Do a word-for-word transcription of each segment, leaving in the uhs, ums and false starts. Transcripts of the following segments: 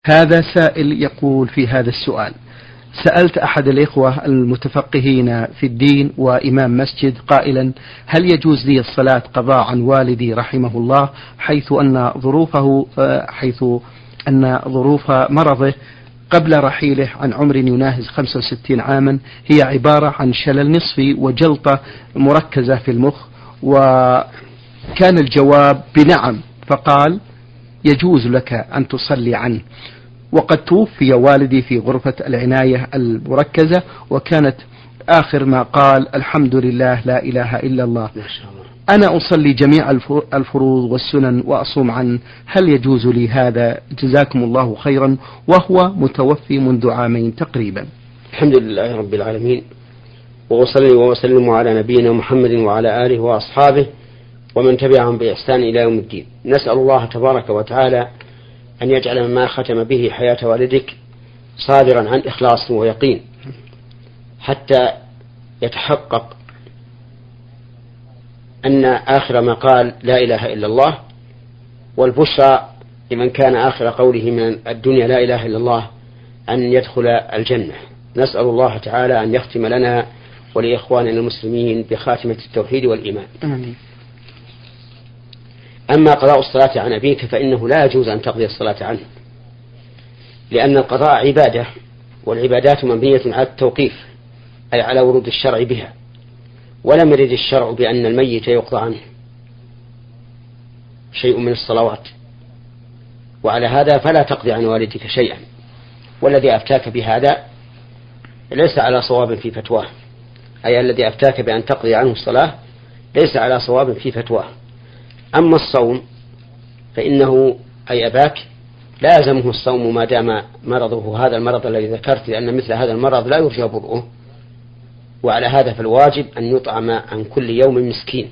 هذا سائل يقول في هذا السؤال: سألت أحد الإخوة المتفقهين في الدين وإمام مسجد قائلا: هل يجوز لي الصلاة قضاء عن والدي رحمه الله، حيث أن ظروفه حيث أن ظروف مرضه قبل رحيله عن عمر يناهز خمسة وستين عاما هي عبارة عن شلل نصفي وجلطة مركزة في المخ؟ وكان الجواب بنعم، فقال: يجوز لك أن تصلي عنه، وقد توفي والدي في غرفة العناية المركزة، وكانت آخر ما قال: الحمد لله لا إله إلا الله. أنا أصلي جميع الفروض والسنن وأصوم عنه، هل يجوز لي هذا؟ جزاكم الله خيرا، وهو متوفي منذ عامين تقريبا. الحمد لله رب العالمين، وأصلي وأسلم على نبينا محمد وعلى آله وأصحابه ومن تبعهم بإحسان إلى يوم الدين. نسأل الله تبارك وتعالى أن يجعل ما ختم به حياة والدك صادرا عن إخلاص ويقين، حتى يتحقق أن آخر ما قال لا إله إلا الله، والبشرى لمن كان آخر قوله من الدنيا لا إله إلا الله أن يدخل الجنة. نسأل الله تعالى أن يختم لنا ولإخواننا المسلمين بخاتمة التوحيد والإيمان. آمين. أما قضاء الصلاة عن أبيك فإنه لا يجوز أن تقضي الصلاة عنه، لأن القضاء عبادة، والعبادات مبنية على التوقيف، أي على ورود الشرع بها، ولم يرد الشرع بأن الميت يقضى عنه شيء من الصلوات، وعلى هذا فلا تقضي عن والدك شيئا. والذي أفتاك بهذا ليس على صواب في فتواه، أي الذي أفتاك بأن تقضي عنه الصلاة ليس على صواب في فتواه. أما الصوم فإنه أي أباك لازمه الصوم ما دام مرضه هذا المرض الذي ذكرت، لأن مثل هذا المرض لا يرجى برؤه، وعلى هذا فالواجب أن يطعم عن كل يوم مسكين،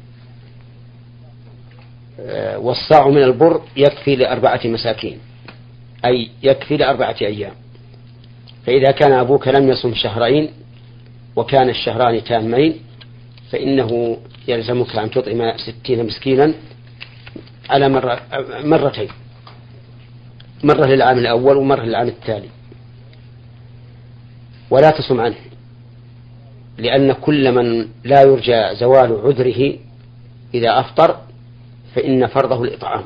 والصاع من البر يكفي لأربعة مساكين، أي يكفي لأربعة أيام. فإذا كان أبوك لم يصم شهرين وكان الشهران تامين فإنه يلزمك أن تطعم ستين مسكينا على مرة مرتين، مرة للعام الأول ومرة للعام التالي، ولا تصم عنه، لأن كل من لا يرجى زوال عذره إذا أفطر فإن فرضه الإطعام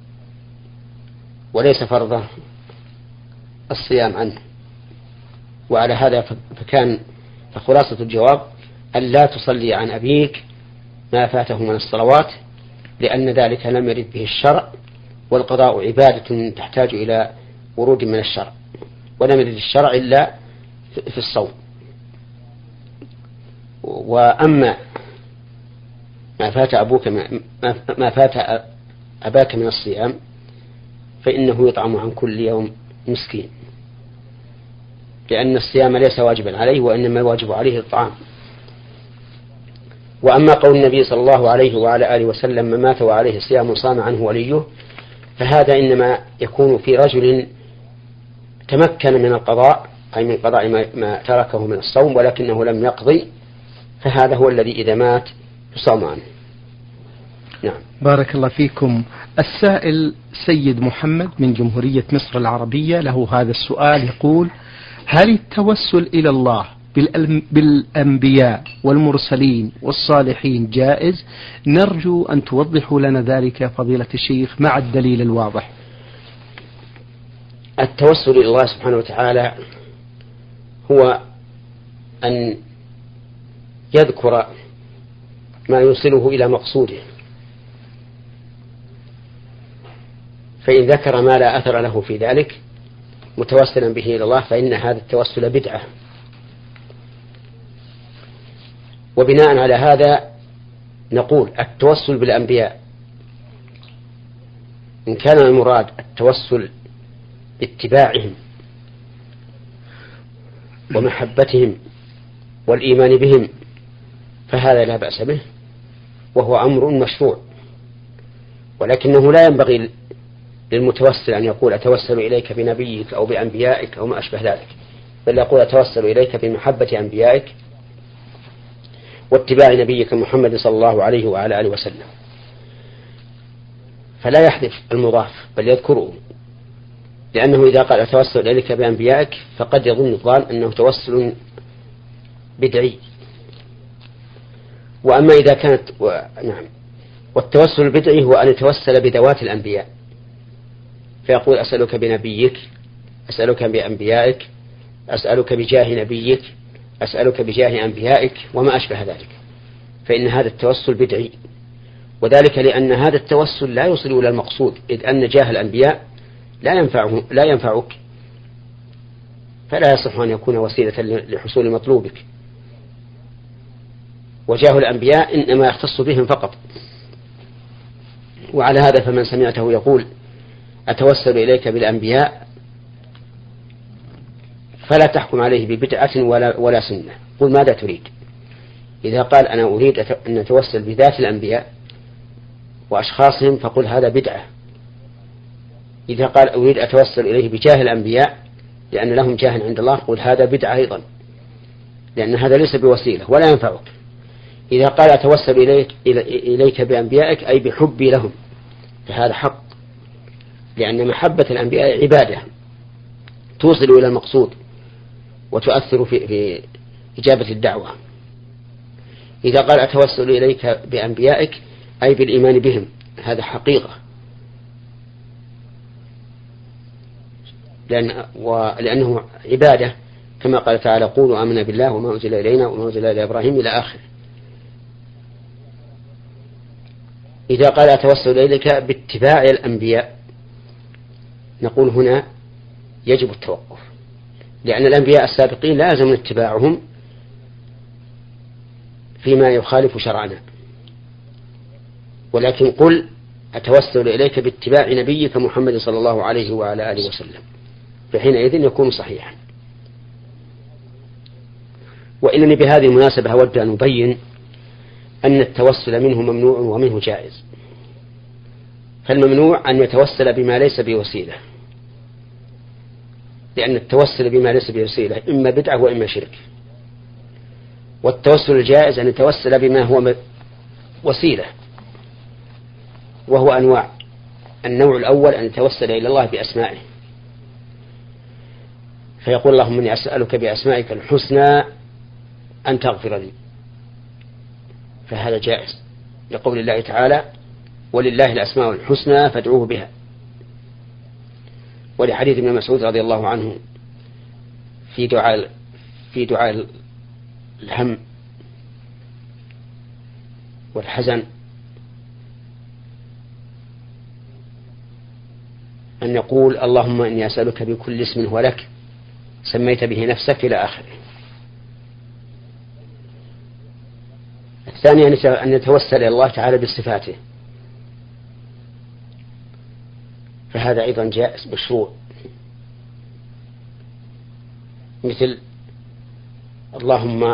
وليس فرضه الصيام عنه. وعلى هذا فكان فخلاصة الجواب أن لا تصلي عن أبيك ما فاته من الصلوات، لأن ذلك لم يرد به الشرع، والقضاء عبادة تحتاج إلى ورود من الشرع، ولم يرد الشرع إلا في الصوم. وأما ما فات أبوك ما فات أباك من الصيام فإنه يطعم عن كل يوم مسكين، لأن الصيام ليس واجبا عليه، وإنما الواجب عليه الطعام. وأما قول النبي صلى الله عليه وعلى آله وسلم: من مات وعليه صيام صام عنه وليه، فهذا إنما يكون في رجل تمكن من القضاء، أي من قضاء ما تركه من الصوم ولكنه لم يقضي، فهذا هو الذي إذا مات يصام عنه. نعم. بارك الله فيكم. السائل سيد محمد من جمهورية مصر العربية له هذا السؤال، يقول: هل التوسل إلى الله بالأنبياء والمرسلين والصالحين جائز؟ نرجو أن توضحوا لنا ذلك فضيلة الشيخ مع الدليل الواضح. التوسل إلى الله سبحانه وتعالى هو أن يذكر ما يوصله إلى مقصوده، فإن ذكر ما لا أثر له في ذلك متوسلا به إلى الله فإن هذا التوسل بدعة. وبناء على هذا نقول التوسل بالأنبياء إن كان المراد التوسل باتباعهم ومحبتهم والإيمان بهم فهذا لا بأس به، وهو أمر مشروع، ولكنه لا ينبغي للمتوسل أن يقول أتوسل إليك بنبيك أو بأنبيائك أو ما أشبه ذلك، بل يقول أتوسل إليك بمحبة أنبيائك واتباع نبيك محمد صلى الله عليه وعلى آله وسلم، فلا يحذف المضاف بل يذكره. لأنه إذا قال أتوسل إليك بأنبيائك فقد يظن الظان أنه توسل بدعي. وأما إذا كانت و... نعم والتوسل البدعي هو أن يتوسل بذوات الأنبياء، فيقول أسألك بنبيك، أسألك بأنبيائك، أسألك بجاه نبيك، أسألك بجاه أنبيائك وما أشبه ذلك، فإن هذا التوسل بدعي، وذلك لأن هذا التوسل لا يوصل إلى المقصود، إذ أن جاه الأنبياء لا ينفعه لا ينفعك، فلا يصح أن يكون وسيلة لحصول مطلوبك، وجاه الأنبياء إنما يختص بهم فقط. وعلى هذا فمن سمعته يقول أتوسل إليك بالأنبياء فلا تحكم عليه ببدعة ولا, ولا سنة، قل ماذا تريد. إذا قال أنا أريد أن أتوسل بذات الأنبياء وأشخاصهم فقل هذا بدعة. إذا قال أريد أتوسل إليه بجاه الأنبياء لأن لهم جاه عند الله قل هذا بدعة أيضا، لأن هذا ليس بوسيلة ولا ينفعك. إذا قال أتوسل إليك, إليك بأنبيائك أي بحبي لهم فهذا حق، لأن محبة الأنبياء عبادة توصل إلى المقصود وتؤثر في, في إجابة الدعوة. إذا قال أتوسل إليك بأنبيائك أي بالإيمان بهم، هذا حقيقة، لأن ولأنه عبادة، كما قال تعالى قولوا آمنا بالله وما أنزل إلينا وما أنزل إلى إبراهيم إلى آخر. إذا قال أتوسل إليك باتباع الأنبياء نقول هنا يجب التوقف، لأن الأنبياء السابقين لا يلزم اتباعهم فيما يخالف شرعنا، ولكن قل أتوسل إليك باتباع نبيك محمد صلى الله عليه وعلى آله وسلم، فحينئذ يكون صحيحا. وإنني بهذه المناسبة أود أن أبين أن التوسل منه ممنوع ومنه جائز. فالممنوع أن يتوسل بما ليس بوسيلة، لأن التوسل بما ليس بوسيلة إما بدعة وإما شرك. والتوسل الجائز أن يتوسل بما هو وسيلة، وهو أنواع. النوع الأول أن يتوسل إلى الله بأسمائه، فيقول اللهم إني أسألك بأسمائك الحسنى أن تغفر لي، فهذا جائز لقول الله تعالى ولله الأسماء الحسنى فادعوه بها، ولحديث ابن مسعود رضي الله عنه في دعاء في دعاء الهم والحزن أن يقول اللهم إني أسألك بكل اسم هو لك سميت به نفسك إلى آخره. الثاني أن يتوسل إلى الله تعالى بصفاته، فهذا أيضا جائز مشروع، مثل اللهم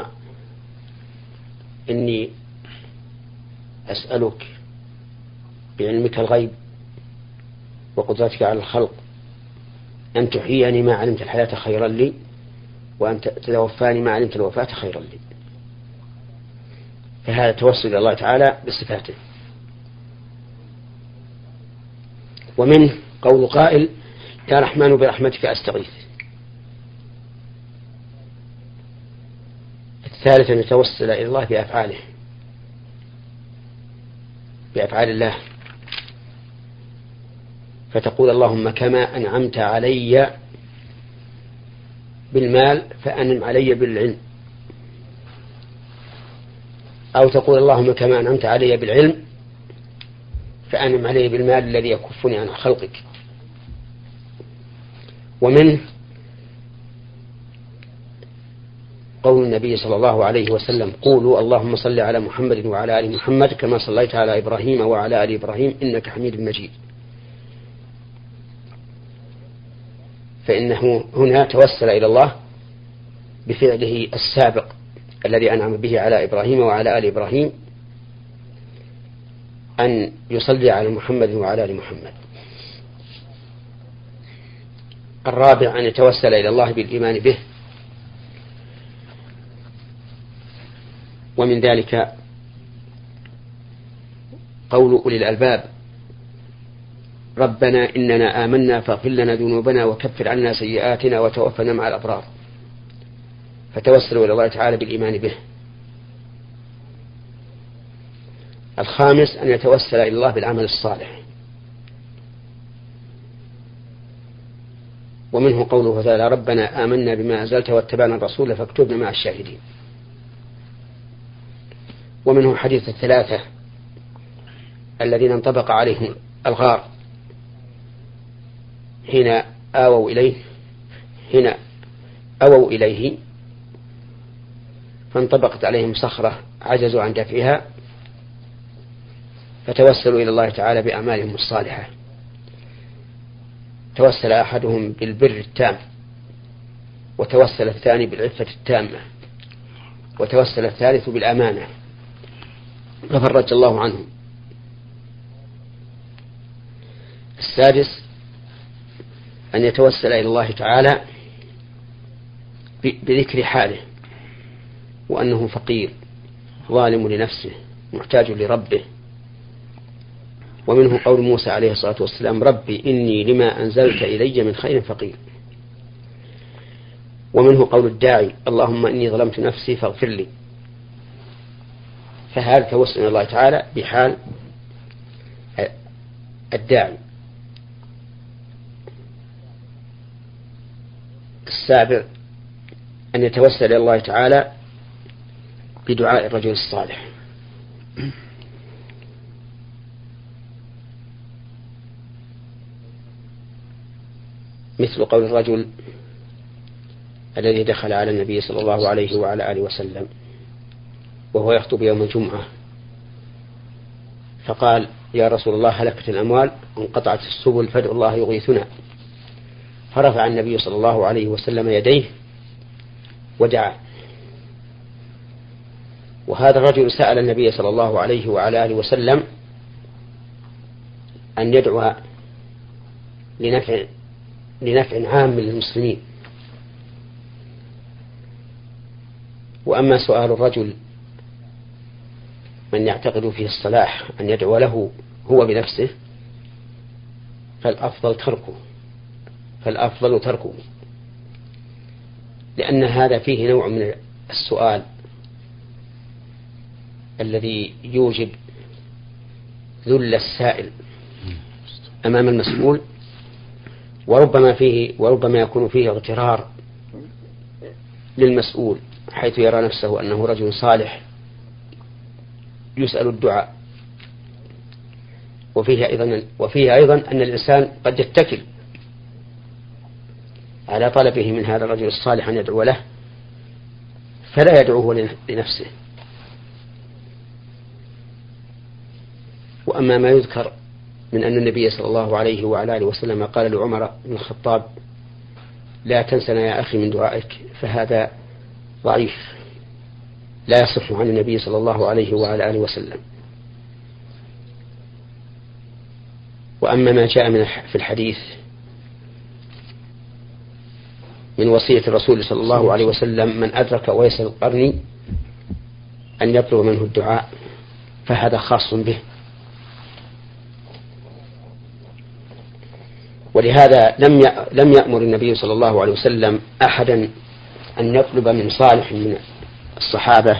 إني أسألك بعلمك الغيب وقدرتك على الخلق أن تحييني ما علمت الحياة خيرا لي وأن تتوفاني ما علمت الوفاة خيرا لي، فهذا توسل إلى الله تعالى بصفاته. ومنه قول قائل يا رحمن برحمتك أستغيث. الثالث أن يتوسل إلى الله بأفعاله، بأفعال الله، فتقول اللهم كما أنعمت علي بالمال فأنعم علي بالعلم، أو تقول اللهم كما أنعمت علي بالعلم فأنعم علي بالمال الذي يكفني عن خلقك. ومنه قول النبي صلى الله عليه وسلم قولوا اللهم صل على محمد وعلى آل محمد كما صليت على إبراهيم وعلى آل إبراهيم إنك حميد مجيد، فإنه هنا توسل إلى الله بفعله السابق الذي أنعم به على إبراهيم وعلى آل إبراهيم أن يصلي على محمد وعلى آل محمد. الرابع أن يتوسل إلى الله بالإيمان به، ومن ذلك قول أولي الألباب ربنا إننا آمنا فاغفر لنا ذنوبنا وكفر عنا سيئاتنا وتوفنا مع الأبرار، فتوسلوا إلى الله تعالى بالإيمان به. الخامس أن يتوسل إلى الله بالعمل الصالح، ومنه قوله تعالى ربنا آمنا بما أنزلت واتبعنا الرسول فاكتبنا مع الشاهدين. ومنه حديث الثلاثة الذين انطبق عليهم الغار حين آووا إليه حين أووا إليه فانطبقت عليهم صخرة عجزوا عن دفعها، فتوسلوا إلى الله تعالى بأعمالهم الصالحة. توسل أحدهم بالبر التام، وتوسل الثاني بالعفة التامة، وتوسل الثالث بالأمانة، ففرج الله عنهم. السادس أن يتوسل إلى الله تعالى بذكر حاله، وأنه فقير ظالم لنفسه محتاج لربه. ومنه قول موسى عليه الصلاة والسلام ربي إني لما أنزلت إلي من خير فقير. ومنه قول الداعي اللهم إني ظلمت نفسي فاغفر لي. فهذا توسل إلى الله تعالى بحال الداعي. السابع أن يتوسل إلى الله تعالى بدعاء الرجل الصالح، مثل قول الرجل الذي دخل على النبي صلى الله عليه وعلى آله وسلم وهو يخطب يوم الجمعة، فقال يا رسول الله هلكت الأموال وانقطعت السبل فادعوا الله يغيثنا، فرفع النبي صلى الله عليه وسلم يديه ودعا. وهذا الرجل سأل النبي صلى الله عليه وعلى آله وسلم أن يدعو لنفع لنفع عام للمسلمين. وأما سؤال الرجل من يعتقد فيه الصلاح أن يدعو له هو بنفسه فالأفضل تركه فالأفضل تركه لأن هذا فيه نوع من السؤال الذي يوجب ذل السائل أمام المسؤول، وربما فيه وربما يكون فيه اغترار للمسؤول حيث يرى نفسه أنه رجل صالح يسأل الدعاء. وفيه أيضا وفيه أيضا أن الإنسان قد يتكل على طلبه من هذا الرجل الصالح أن يدعو له فلا يدعوه لنفسه. وأما ما يذكر من أن النبي صلى الله عليه وعلى آله وسلم قال لعمر بن الخطاب لا تنسنا يا أخي من دعائك، فهذا ضعيف لا يصح عن النبي صلى الله عليه وعلى آله وسلم. وأما ما جاء من في الحديث من وصية الرسول صلى الله عليه وسلم من أدرك ويس القرن أن يطلب منه الدعاء فهذا خاص به. ولهذا لم لم يأمر النبي صلى الله عليه وسلم أحدا أن يطلب من صالح من الصحابة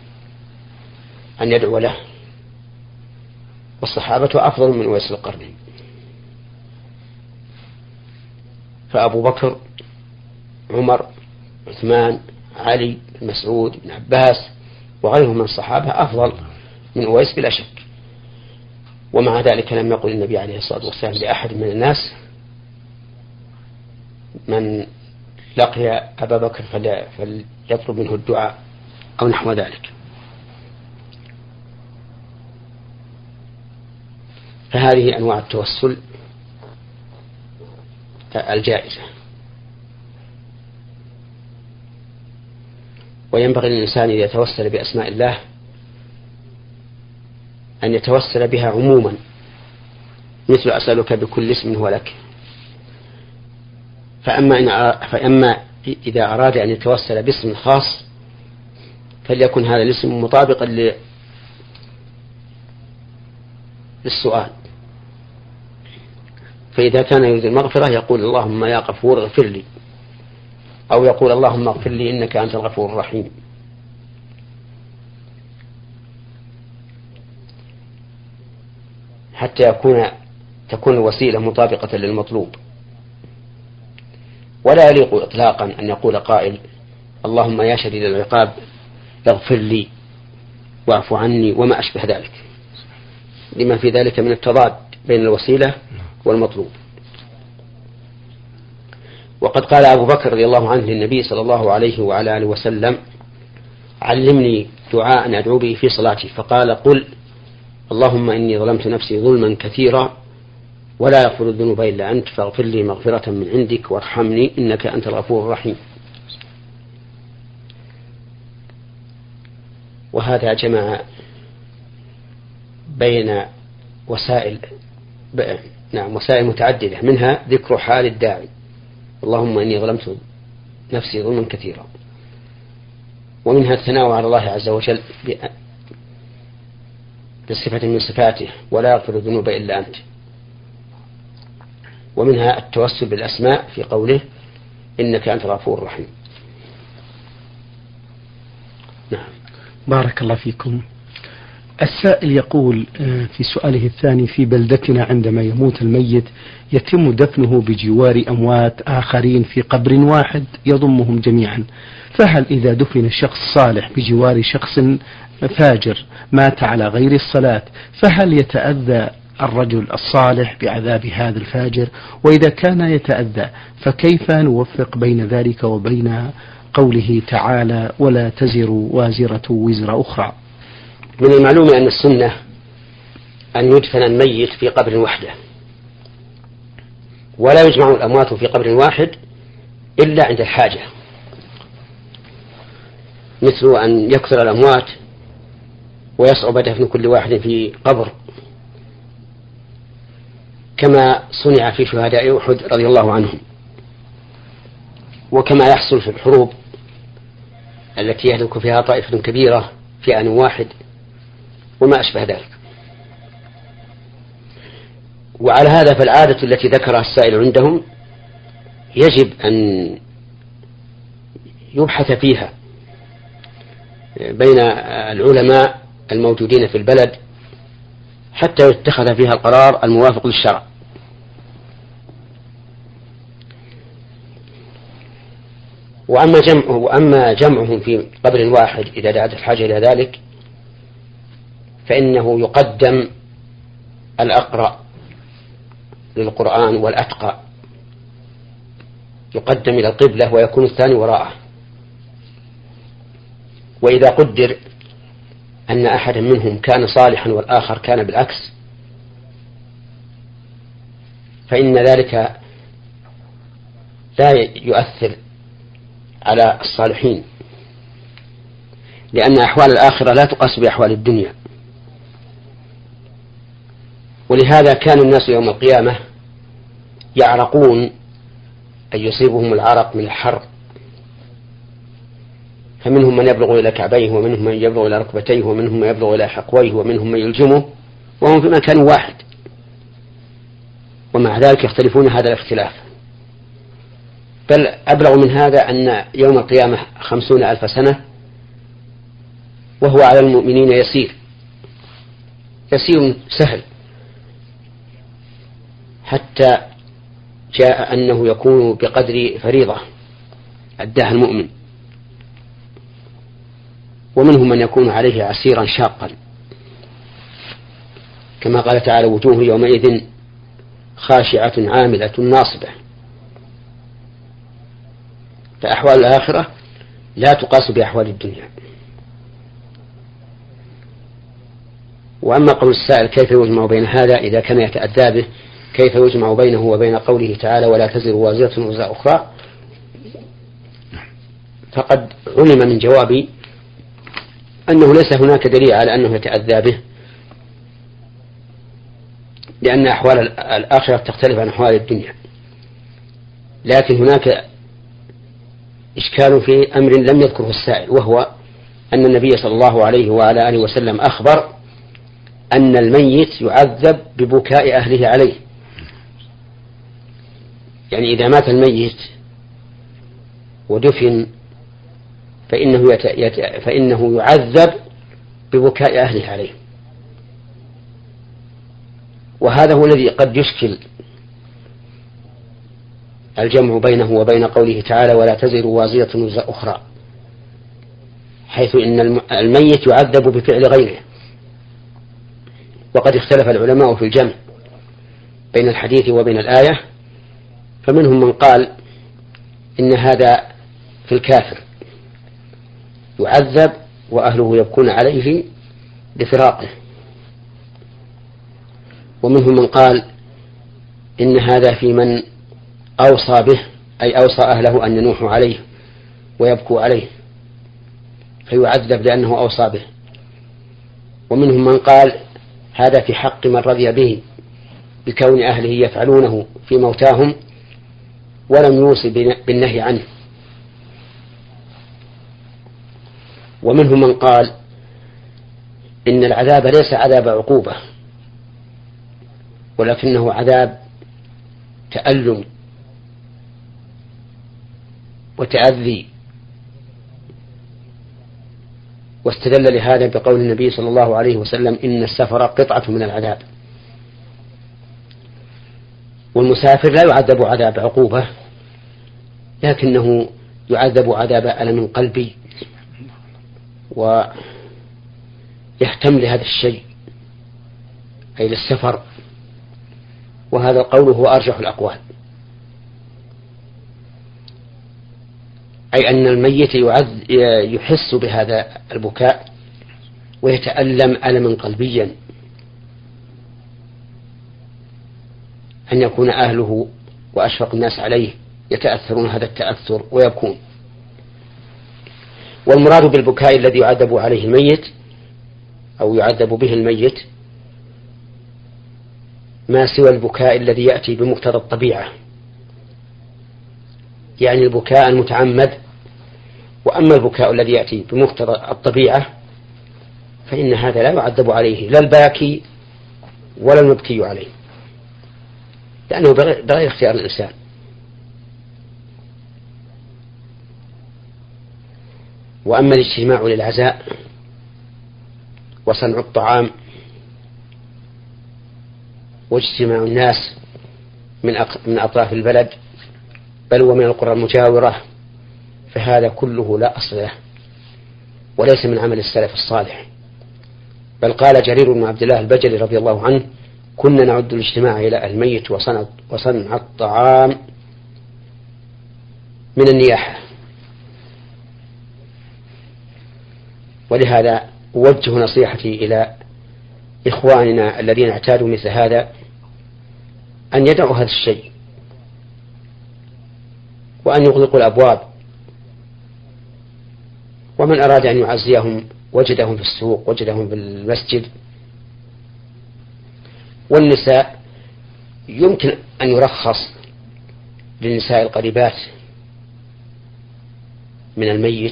أن يدعو له، والصحابة أفضل من ويس القرن. فأبو بكر عمر عثمان علي بن مسعود بن عباس وغيرهم من الصحابة أفضل من أويس بلا شك. ومع ذلك لم يقل النبي عليه الصلاة والسلام لأحد من الناس من لقي أبا بكر فليطلب منه الدعاء أو نحو ذلك. فهذه أنواع التوسل الجائزة. وينبغي للإنسان إذا يتوسل بأسماء الله أن يتوسل بها عموما، مثل أسألك بكل اسم هو لك. فأما, إن فأما إذا أراد أن يتوسل باسم خاص فليكن هذا الاسم مطابقا للسؤال. فإذا كان يريد المغفرة يقول اللهم يا غفور اغفر لي، أو يقول اللهم اغفر لي إنك أنت الغفور الرحيم. حتى يكون تكون الوسيلة مطابقة للمطلوب. ولا يليق إطلاقا أن يقول قائل اللهم يا شديد العقاب اغفر لي واعف عني وما أشبه ذلك، لما في ذلك من التضاد بين الوسيلة والمطلوب. وقد قال أبو بكر رضي الله عنه للنبي صلى الله عليه وعلى آله وسلم علمني دعاء أدعو به في صلاتي، فقال قل اللهم إني ظلمت نفسي ظلما كثيرا ولا يغفر الذنوب إلا أنت فاغفر لي مغفرة من عندك وارحمني إنك أنت الغفور الرحيم. وهذا جمع بين وسائل نعم وسائل متعددة، منها ذكر حال الداعي اللهم إني ظلمت نفسي ظلما كثيرا، ومنها الثناء على الله عز وجل بصفة من صفاته ولا يغفر الذنوب إلا أنت، ومنها التوسل بالأسماء في قوله إنك أنت الغفور الرحيم. نعم بارك الله فيكم. السائل يقول في سؤاله الثاني في بلدتنا عندما يموت الميت يتم دفنه بجوار أموات آخرين في قبر واحد يضمهم جميعا، فهل إذا دفن الشخص صالح بجوار شخص فاجر مات على غير الصلاة فهل يتأذى الرجل الصالح بعذاب هذا الفاجر؟ وإذا كان يتأذى فكيف نوفق بين ذلك وبين قوله تعالى ولا تزر وازرة وزر أخرى؟ من المعلوم أن السنة أن يدفن الميت في قبر وحده، ولا يجمع الأموات في قبر واحد إلا عند الحاجة، مثل أن يكثر الأموات ويصعب دفن كل واحد في قبر، كما صنع في شهداء أحد رضي الله عنهم، وكما يحصل في الحروب التي يهلك فيها طائفة كبيرة في آن واحد وما أشبه ذلك. وعلى هذا فالعادة التي ذكرها السائل عندهم يجب أن يبحث فيها بين العلماء الموجودين في البلد حتى يتخذ فيها القرار الموافق للشرع. وأما جمعه وأما جمعهم في قبر واحد إذا دعت الحاجة إلى ذلك فإنه يقدم الأقرأ للقرآن والأتقى، يقدم إلى القبلة ويكون الثاني وراءه. وإذا قدر أن أحدا منهم كان صالحا والآخر كان بالعكس فإن ذلك لا يؤثر على الصالحين، لأن أحوال الآخرة لا تقاس بأحوال الدنيا. ولهذا كان الناس يوم القيامة يعرقون أن يصيبهم العرق من الحر، فمنهم من يبلغ إلى كعبيه ومنهم من يبلغ إلى ركبتيه ومنهم من يبلغ إلى حقويه ومنهم من يلجمه وهم في مكان واحد، ومع ذلك يختلفون هذا الاختلاف. بل أبلغ من هذا أن يوم القيامة خمسون ألف سنة وهو على المؤمنين يسير يسير سهل، حتى جاء أنه يكون بقدر فريضة أداها المؤمن، ومنهم من يكون عليه عسيرا شاقا، كما قال تعالى وجوه يومئذ خاشعة عاملة ناصبة. فأحوال الآخرة لا تقاس بأحوال الدنيا. وأما قول السائل كيف يجمع بين هذا إذا كان يتأذى به، كيف يجمع بينه وبين قوله تعالى ولا تزر وازرة وزر أخرى، فقد علم من جوابي أنه ليس هناك دليل على أنه يتأذى به، لأن أحوال الآخرة تختلف عن أحوال الدنيا. لكن هناك إشكال في أمر لم يذكره السائل، وهو أن النبي صلى الله عليه وعلى آله وسلم أخبر أن الميت يعذب ببكاء أهله عليه، يعني إذا مات الميت ودفن فإنه, يت... يت... فإنه يعذب ببكاء أهله عليه. وهذا هو الذي قد يشكل الجمع بينه وبين قوله تعالى ولا تزر وازرة وزر أخرى، حيث إن الميت يعذب بفعل غيره. وقد اختلف العلماء في الجمع بين الحديث وبين الآية، فمنهم من قال إن هذا في الكافر يعذب وأهله يبكون عليه لفراقه، ومنهم من قال إن هذا في من أوصى به، أي أوصى أهله أن ينوحوا عليه ويبكوا عليه فيعذب لأنه أوصى به. ومنهم من قال هذا في حق من رضي به بكون أهله يفعلونه في موتاهم ولم يوصي بالنهي عنه. ومنهم من قال إن العذاب ليس عذاب عقوبة ولكنه عذاب تألم وتأذي، واستدل لهذا بقول النبي صلى الله عليه وسلم إن السفر قطعة من العذاب. والمسافر لا يعذب عذاب عقوبة لكنه يعذب عذاب ألم قلبي ويهتم لهذا الشيء أي للسفر، وهذا القول هو أرجح الأقوال، أي أن الميت يحس بهذا البكاء ويتألم ألما قلبيا أن يكون أهله وأشفق الناس عليه يتأثرون هذا التأثر ويبكون. والمراد بالبكاء الذي يعذب عليه الميت أو يعذب به الميت ما سوى البكاء الذي يأتي بمقتضى الطبيعة، يعني البكاء المتعمد. وأما البكاء الذي يأتي بمقتضى الطبيعة فإن هذا لا يعذب عليه لا الباكي ولا المبكي عليه، لأنه بغير اختيار الإنسان. وأما الاجتماع للعزاء وصنع الطعام واجتماع الناس من من أطراف البلد بل ومن القرى المجاورة فهذا كله لا أصل له وليس من عمل السلف الصالح. بل قال جرير بن عبد الله البجلي رضي الله عنه كنا نعد الاجتماع إلى الميت وصنع, وصنع الطعام من النياحة. ولهذا أوجه نصيحتي إلى إخواننا الذين اعتادوا مثل هذا أن يدعوا هذا الشيء وأن يغلقوا الأبواب، ومن أراد أن يعزيهم وجدهم في السوق وجدهم في المسجد. والنساء يمكن أن يرخص للنساء القريبات من الميت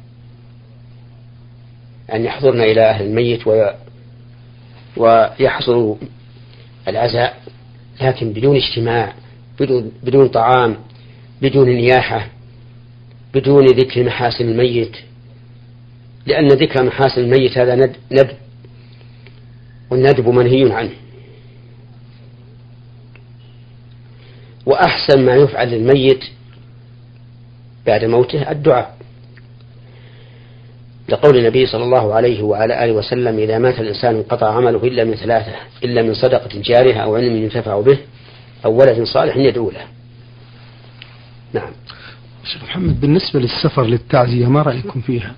أن يحضرن إلى أهل الميت ويحصلوا العزاء، لكن بدون اجتماع، بدون, بدون طعام، بدون نياحة، بدون ذكر محاسن الميت، لأن ذكر محاسن الميت هذا ندب، والندب منهي عنه. وأحسن ما يفعل للميت بعد موته الدعاء، لقول النبي صلى الله عليه وعلى آله وسلم إذا مات الإنسان انقطع عمله إلا من ثلاثة، إلا من صدقة جارية أو علم ينتفع به أو ولد صالح يدعو له. نعم. شيخ محمد، بالنسبة للسفر للتعزية ما رأيكم فيها؟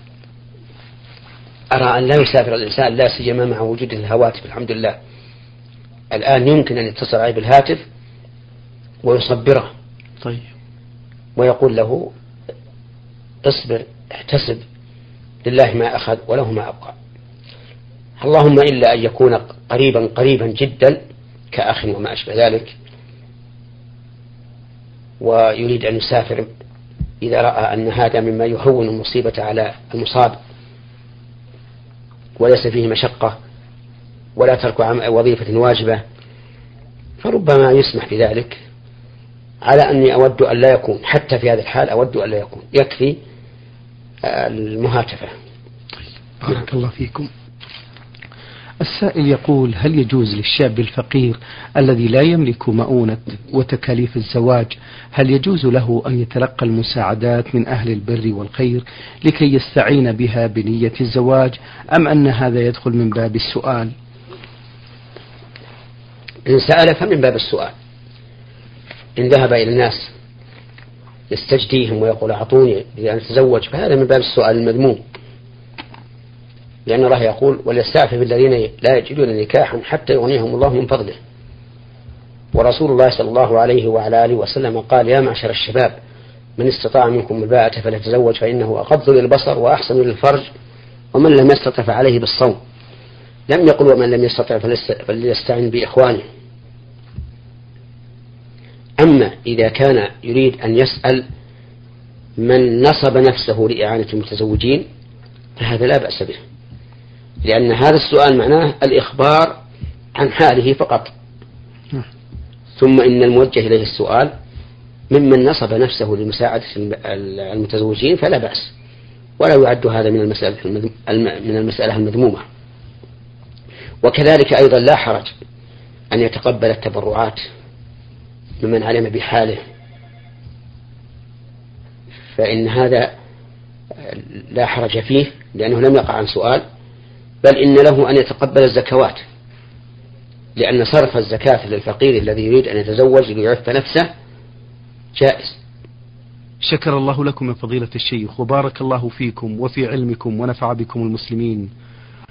أرى أن لا يسافر الإنسان لا سيما مع وجود الهواتف. الحمد لله الآن يمكن أن يتصل عليه بالهاتف ويصبره، طيب، ويقول له اصبر احتسب لله ما أخذ وله ما أبقى، اللهم إلا أن يكون قريبا قريبا جدا كأخ وما أشبه ذلك، ويريد أن يسافر إذا رأى أن هذا مما يهون المصيبة على المصاب وليس فيه مشقة ولا ترك وظيفة واجبة، فربما يسمح بذلك على أني أود أن لا يكون، حتى في هذه الحال أود أن لا يكون، يكفي المهاتفة. بارك الله فيكم. السائل يقول: هل يجوز للشاب الفقير الذي لا يملك مؤونة وتكاليف الزواج، هل يجوز له أن يتلقى المساعدات من أهل البر والخير لكي يستعين بها بنية الزواج، أم أن هذا يدخل من باب السؤال؟ إن سأل فمن باب السؤال. إن ذهب إلى الناس يستجديهم ويقول أعطوني لأن أتزوج، فهذا من باب السؤال المذموم، لأن الله يقول: وليستعفف الذين لا يجدون نكاحا حتى يغنيهم الله من فضله. ورسول الله صلى الله عليه وعلى آله وسلم قال: يا معشر الشباب من استطاع منكم الباءة فليتزوج فإنه أغض للبصر وأحسن للفرج ومن لم يستطع فعليه بالصوم. لم يقل ومن لم يستطع فليستعن بإخوانه. أما إذا كان يريد أن يسأل من نصب نفسه لإعانة المتزوجين فهذا لا بأس به، لأن هذا السؤال معناه الإخبار عن حاله فقط. ثم إن الموجه إليه السؤال ممن نصب نفسه لمساعدة المتزوجين فلا بأس، ولا يعد هذا من المسألة من المسألة المذمومة. وكذلك أيضا لا حرج أن يتقبل التبرعات ممن علم بحاله، فإن هذا لا حرج فيه لأنه لم يقع عن سؤال، بل إن له أن يتقبل الزكوات، لأن صرف الزكاة للفقير الذي يريد أن يتزوج ليعف نفسه جائز. شكر الله لكم يا فضيلة الشيخ، وبارك الله فيكم وفي علمكم ونفع بكم المسلمين.